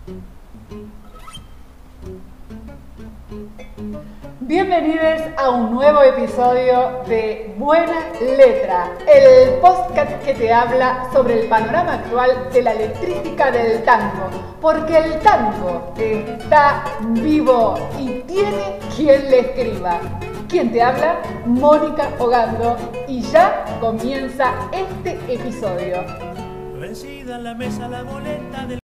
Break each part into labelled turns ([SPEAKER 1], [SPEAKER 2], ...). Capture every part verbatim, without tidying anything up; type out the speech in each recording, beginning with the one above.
[SPEAKER 1] Bienvenidos a un nuevo episodio de Buena Letra, el podcast que te habla sobre el panorama actual de la letrística del tango, porque el tango está vivo y tiene quien le escriba. ¿Quién te habla? Mónica Ogando, y ya comienza este episodio.
[SPEAKER 2] Vencida en la mesa la boleta del...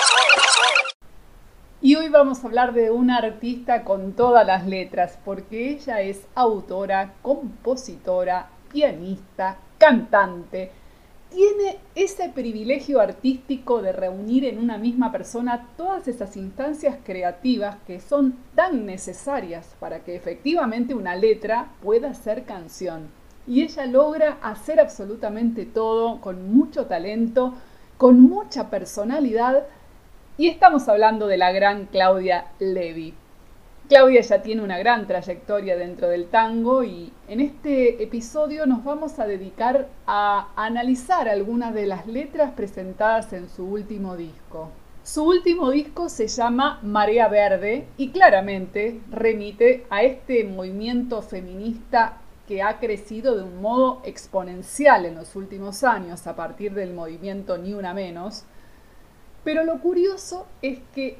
[SPEAKER 1] Y hoy vamos a hablar de una artista con todas las letras, porque ella es autora, compositora, pianista, cantante. Tiene ese privilegio artístico de reunir en una misma persona todas esas instancias creativas que son tan necesarias para que efectivamente una letra pueda ser canción. Y ella logra hacer absolutamente todo con mucho talento, con mucha personalidad. Y estamos hablando de la gran Claudia Levi. Claudia ya tiene una gran trayectoria dentro del tango y en este episodio nos vamos a dedicar a analizar algunas de las letras presentadas en su último disco. Su último disco se llama Marea Verde y claramente remite a este movimiento feminista que ha crecido de un modo exponencial en los últimos años a partir del movimiento Ni Una Menos. Pero lo curioso es que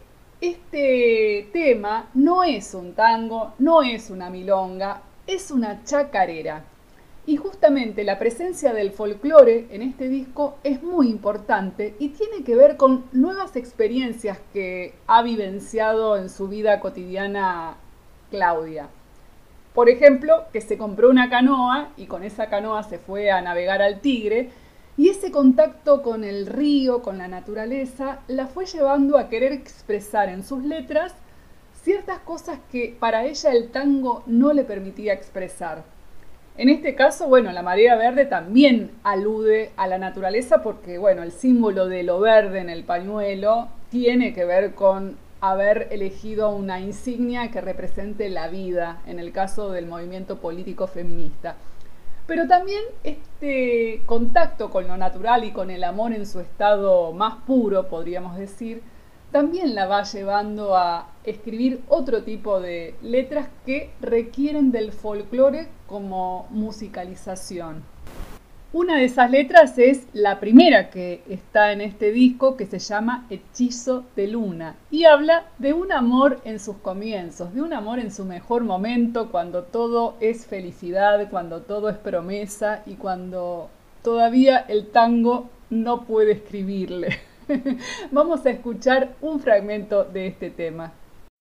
[SPEAKER 1] este tema no es un tango, no es una milonga, es una chacarera. Y justamente la presencia del folclore en este disco es muy importante y tiene que ver con nuevas experiencias que ha vivenciado en su vida cotidiana Claudia. Por ejemplo, que se compró una canoa y con esa canoa se fue a navegar al Tigre. Y ese contacto con el río, con la naturaleza, la fue llevando a querer expresar en sus letras ciertas cosas que para ella el tango no le permitía expresar. En este caso, bueno, la marea verde también alude a la naturaleza porque, bueno, el símbolo de lo verde en el pañuelo tiene que ver con haber elegido una insignia que represente la vida, en el caso del movimiento político feminista. Pero también este contacto con lo natural y con el amor en su estado más puro, podríamos decir, también la va llevando a escribir otro tipo de letras que requieren del folclore como musicalización. Una de esas letras es la primera que está en este disco, que se llama Hechizo de Luna, y habla de un amor en sus comienzos, de un amor en su mejor momento, cuando todo es felicidad, cuando todo es promesa y cuando todavía el tango no puede escribirle. Vamos a escuchar un fragmento de este tema.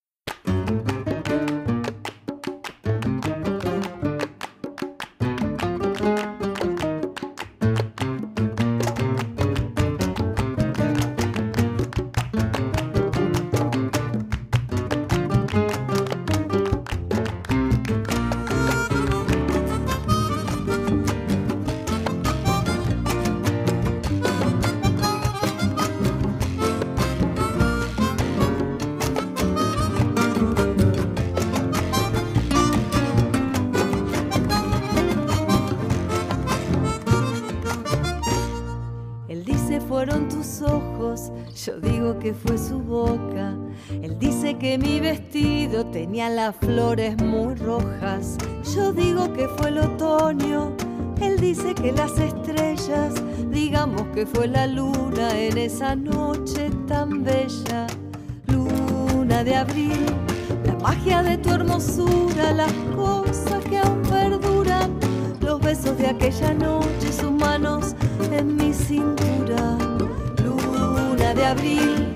[SPEAKER 3] Fueron tus ojos, yo digo que fue su boca. Él dice que mi vestido tenía las flores muy rojas. Yo digo que fue el otoño. Él dice que las estrellas, digamos que fue la luna en esa noche tan bella. Luna de abril, la magia de tu hermosura, las cosas que aún perduran, los besos de aquella noche, sus manos en mi cintura. Luna de abril.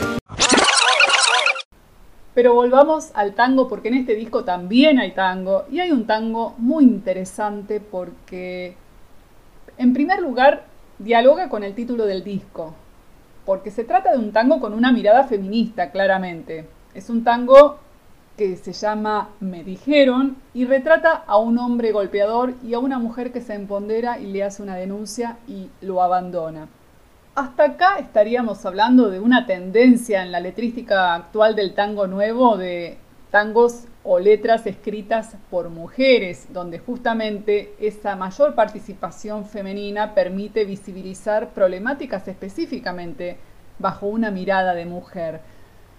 [SPEAKER 1] Pero volvamos al tango, porque en este disco también hay tango, y hay un tango muy interesante porque, en primer lugar, dialoga con el título del disco, porque se trata de un tango con una mirada feminista, claramente. Es un tango que se llama Me Dijeron y retrata a un hombre golpeador y a una mujer que se empodera y le hace una denuncia y lo abandona. Hasta acá estaríamos hablando de una tendencia en la letrística actual del tango nuevo, de tangos o letras escritas por mujeres, donde justamente esa mayor participación femenina permite visibilizar problemáticas específicamente bajo una mirada de mujer.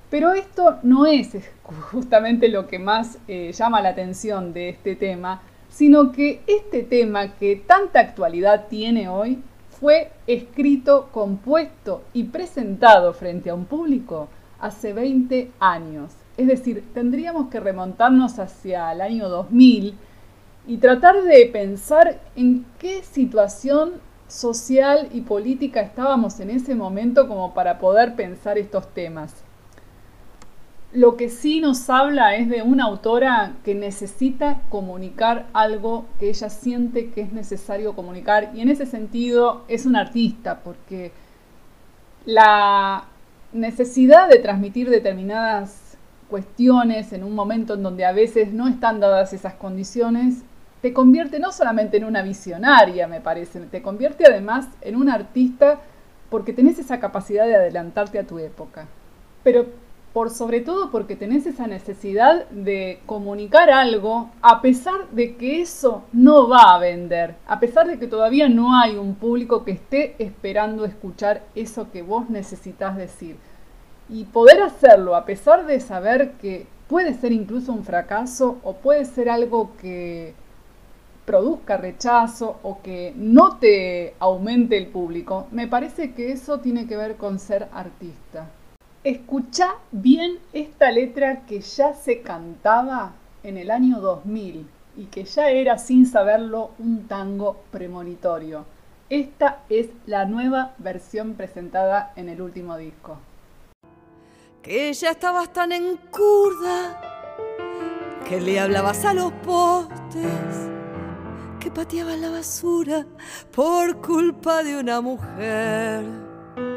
[SPEAKER 1] Pero esto no es justamente lo que más eh, llama la atención de este tema, sino que este tema que tanta actualidad tiene hoy fue escrito, compuesto y presentado frente a un público hace veinte años. Es decir, tendríamos que remontarnos hacia el año dos mil y tratar de pensar en qué situación social y política estábamos en ese momento como para poder pensar estos temas. Lo que sí nos habla es de una autora que necesita comunicar algo que ella siente que es necesario comunicar, y en ese sentido es una artista, porque la necesidad de transmitir determinadas cuestiones en un momento en donde a veces no están dadas esas condiciones, te convierte no solamente en una visionaria, me parece, te convierte además en una artista porque tenés esa capacidad de adelantarte a tu época. Pero por sobre todo porque tenés esa necesidad de comunicar algo a pesar de que eso no va a vender, a pesar de que todavía no hay un público que esté esperando escuchar eso que vos necesitas decir. Y poder hacerlo a pesar de saber que puede ser incluso un fracaso o puede ser algo que produzca rechazo o que no te aumente el público, me parece que eso tiene que ver con ser artista. Escuchá bien esta letra que ya se cantaba en el año dos mil y que ya era, sin saberlo, un tango premonitorio. Esta es la nueva versión presentada en el último disco.
[SPEAKER 3] Que ya estabas tan encurda, que le hablabas a los postes, que pateabas la basura por culpa de una mujer.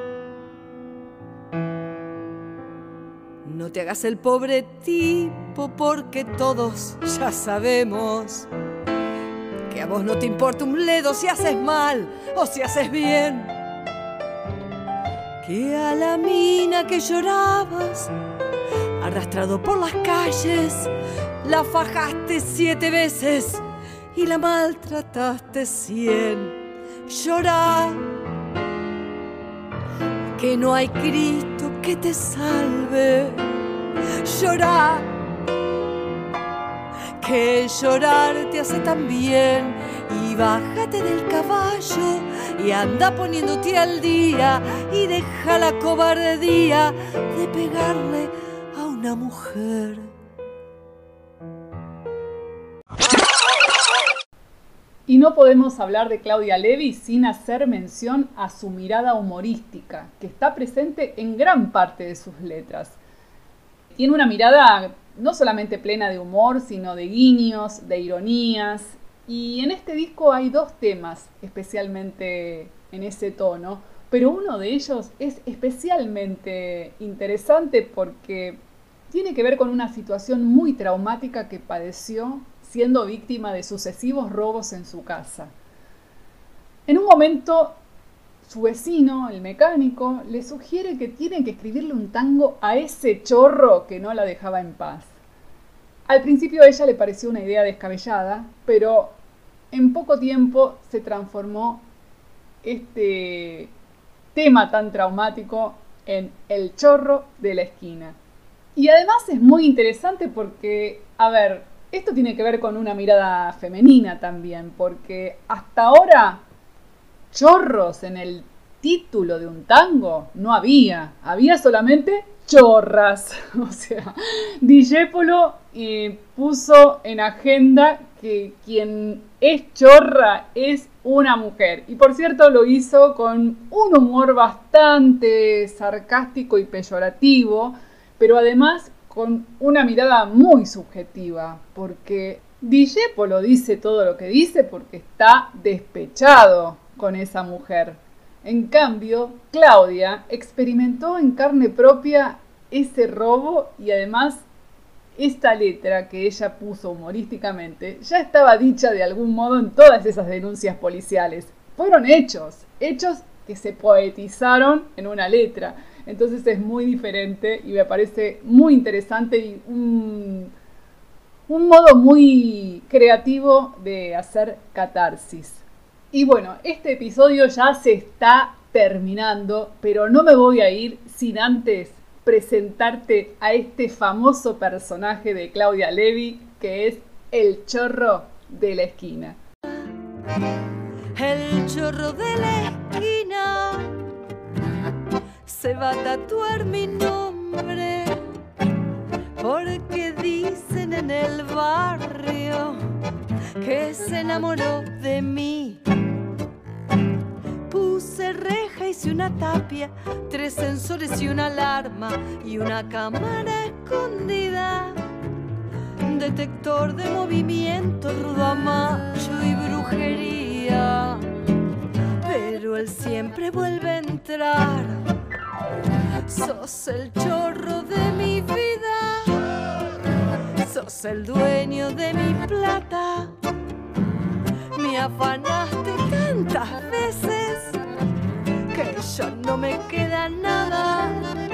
[SPEAKER 3] No te hagas el pobre tipo, porque todos ya sabemos que a vos no te importa un bledo si haces mal o si haces bien. Que a la mina que llorabas, arrastrado por las calles, la fajaste siete veces y la maltrataste cien. Llorá, que no hay Cristo que te salve. Llorá, que llorar te hace tan bien. Y bájate del caballo y anda poniéndote al día y deja la cobardía de pegarle a una mujer.
[SPEAKER 1] Y no podemos hablar de Claudia Levi sin hacer mención a su mirada humorística, que está presente en gran parte de sus letras. Tiene una mirada no solamente plena de humor, sino de guiños, de ironías. Y en este disco hay dos temas especialmente en ese tono, pero uno de ellos es especialmente interesante porque tiene que ver con una situación muy traumática que padeció siendo víctima de sucesivos robos en su casa. En un momento, su vecino, el mecánico, le sugiere que tiene que escribirle un tango a ese chorro que no la dejaba en paz. Al principio a ella le pareció una idea descabellada, pero en poco tiempo se transformó este tema tan traumático en el chorro de la esquina. Y además es muy interesante porque, a ver, esto tiene que ver con una mirada femenina también, porque hasta ahora chorros en el título de un tango no había, había solamente chorras. O sea, Discépolo eh, puso en agenda que quien es chorra es una mujer. Y por cierto lo hizo con un humor bastante sarcástico y peyorativo, pero además con una mirada muy subjetiva, porque Discépolo dice todo lo que dice porque está despechado con esa mujer. En cambio, Claudia experimentó en carne propia ese robo y además esta letra que ella puso humorísticamente ya estaba dicha de algún modo en todas esas denuncias policiales. Fueron hechos, hechos que se poetizaron en una letra. Entonces es muy diferente y me parece muy interesante y un, un modo muy creativo de hacer catarsis. Y bueno, este episodio ya se está terminando, pero no me voy a ir sin antes presentarte a este famoso personaje de Claudia Levy, que es el chorro de la esquina.
[SPEAKER 3] El chorro de la esquina se va a tatuar mi nombre, porque dicen en el barrio que se enamoró de mí. Puse reja, hice una tapia, tres sensores y una alarma y una cámara escondida, detector de movimiento, rudo y brujería. Pero él siempre vuelve a entrar. Sos el chorro de mi vida, sos el dueño de mi plata. Me afanaste tantas veces que ya no me queda nada.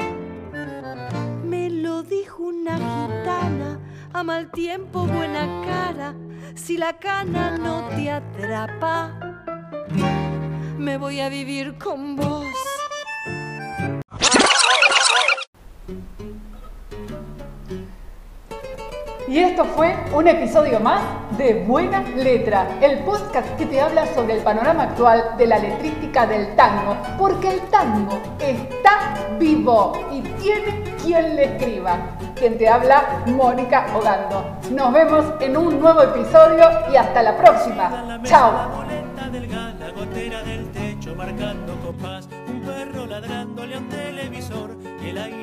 [SPEAKER 3] Me lo dijo una gitana, a mal tiempo buena cara. Si la cana no te atrapa, me voy a vivir con vos.
[SPEAKER 1] Y esto fue un episodio más de Buena Letra, el podcast que te habla sobre el panorama actual de la letrística del tango, porque el tango está vivo y tiene quien le escriba. Quien te habla, Mónica Ogando. Nos vemos en un nuevo episodio y hasta la próxima. Chao.
[SPEAKER 2] La gotera del techo marcando compás, un perro ladrándole a un televisor y el aire